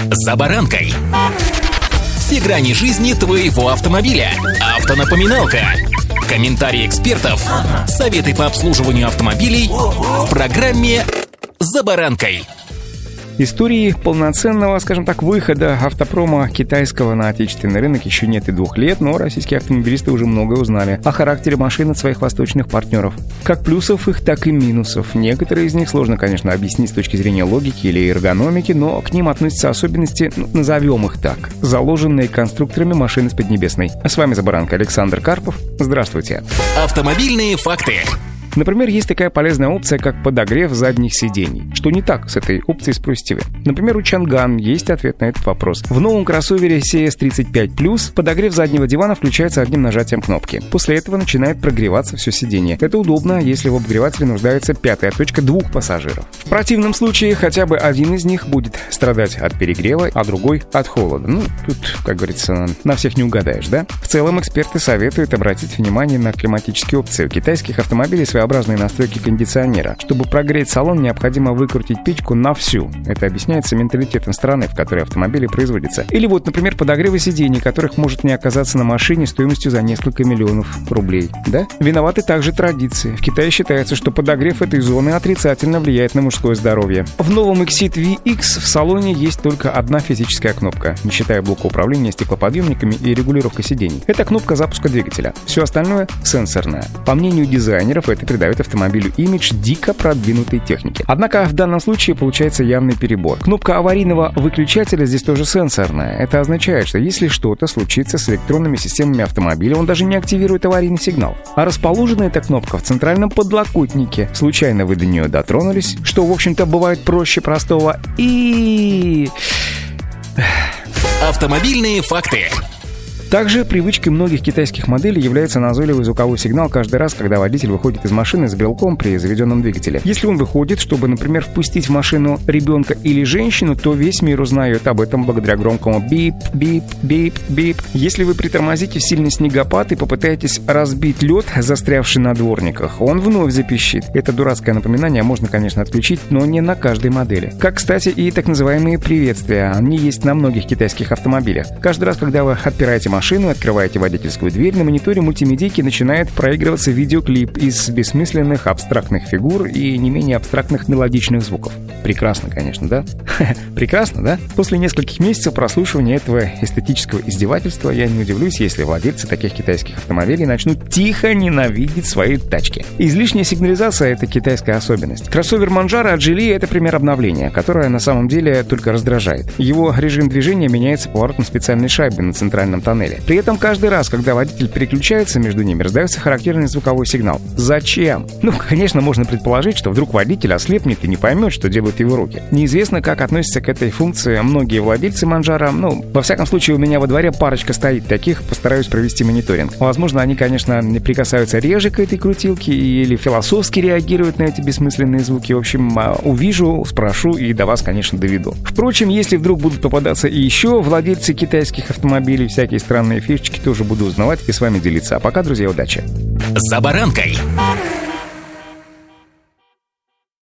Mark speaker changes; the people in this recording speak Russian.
Speaker 1: «За баранкой». Все грани жизни твоего автомобиля. Автонапоминалка. Комментарии экспертов. Советы по обслуживанию автомобилей в программе «За баранкой».
Speaker 2: Истории полноценного, скажем так, выхода автопрома китайского на отечественный рынок еще нет и 2 лет, но российские автомобилисты уже многое узнали о характере машин от своих восточных партнеров. Как плюсов их, так и минусов. Некоторые из них сложно, конечно, объяснить с точки зрения логики или эргономики, но к ним относятся особенности, назовем их так, заложенные конструкторами машины с Поднебесной. А с вами «За баранкой» Александр Карпов. Здравствуйте.
Speaker 1: Автомобильные факты.
Speaker 2: Например, есть такая полезная опция, как подогрев задних сидений. Что не так с этой опцией, спросите вы? Например, у Чанган есть ответ на этот вопрос. В новом кроссовере CS35+, подогрев заднего дивана включается одним нажатием кнопки. После этого начинает прогреваться все сиденье. Это удобно, если в обогревателе нуждается 5-я точка 2 пассажиров. В противном случае хотя бы один из них будет страдать от перегрева, а другой от холода. Тут, как говорится, на всех не угадаешь, да? В целом, эксперты советуют обратить внимание на климатические опции. У китайских автомобилей своеобразные настройки кондиционера. Чтобы прогреть салон, необходимо выкрутить печку на всю. Это объясняется менталитетом страны, в которой автомобили производятся. Или вот, например, подогревы сидений, которых может не оказаться на машине стоимостью за несколько миллионов рублей. Да? Виноваты также традиции. В Китае считается, что подогрев этой зоны отрицательно влияет на мужское здоровье. В новом Exit VX в салоне есть только одна физическая кнопка, не считая блока управления стеклоподъемниками и регулировка сидений. Это кнопка запуска двигателя. Все остальное сенсорное. По мнению дизайнеров, это придает автомобилю имидж дико продвинутой техники. Однако в данном случае получается явный перебор. Кнопка аварийного выключателя здесь тоже сенсорная. Это означает, что если что-то случится с электронными системами автомобиля, он даже не активирует аварийный сигнал. А расположена эта кнопка в центральном подлокотнике. Случайно вы до нее дотронулись, что, в общем-то, бывает проще простого. И...
Speaker 1: Автомобильные факты.
Speaker 2: Также привычкой многих китайских моделей является назойливый звуковой сигнал каждый раз, когда водитель выходит из машины с брелком при заведенном двигателе. Если он выходит, чтобы, например, впустить в машину ребенка или женщину, то весь мир узнает об этом благодаря громкому бип, бип, бип, бип. Если вы притормозите в сильный снегопад и попытаетесь разбить лед, застрявший на дворниках, он вновь запищит. Это дурацкое напоминание можно, конечно, отключить, но не на каждой модели. Как, кстати, и так называемые приветствия. Они есть на многих китайских автомобилях. Каждый раз, когда вы отпираете машину, открываете водительскую дверь, на мониторе мультимедийки начинает проигрываться видеоклип из бессмысленных абстрактных фигур и не менее абстрактных мелодичных звуков. Прекрасно, конечно, да? Прекрасно, да? После нескольких месяцев прослушивания этого эстетического издевательства я не удивлюсь, если владельцы таких китайских автомобилей начнут тихо ненавидеть свои тачки. Излишняя сигнализация — это китайская особенность. Кроссовер Манджаро от Geely — это пример обновления, которое на самом деле только раздражает. Его режим движения меняется поворотом специальной шайбы на центральном тоннеле. При этом каждый раз, когда водитель переключается между ними, раздается характерный звуковой сигнал. Зачем? Конечно, можно предположить, что вдруг водитель ослепнет и не поймет, что делают его руки. Неизвестно, как относятся к этой функции многие владельцы Манджаро. Во всяком случае, у меня во дворе парочка стоит таких, постараюсь провести мониторинг. Возможно, они, конечно, прикасаются реже к этой крутилке или философски реагируют на эти бессмысленные звуки. В общем, увижу, спрошу и до вас, конечно, доведу. Впрочем, если вдруг будут попадаться и еще владельцы китайских автомобилей, всякие странные фишечки, тоже буду узнавать и с вами делиться. А пока, друзья, удачи!
Speaker 1: «За баранкой».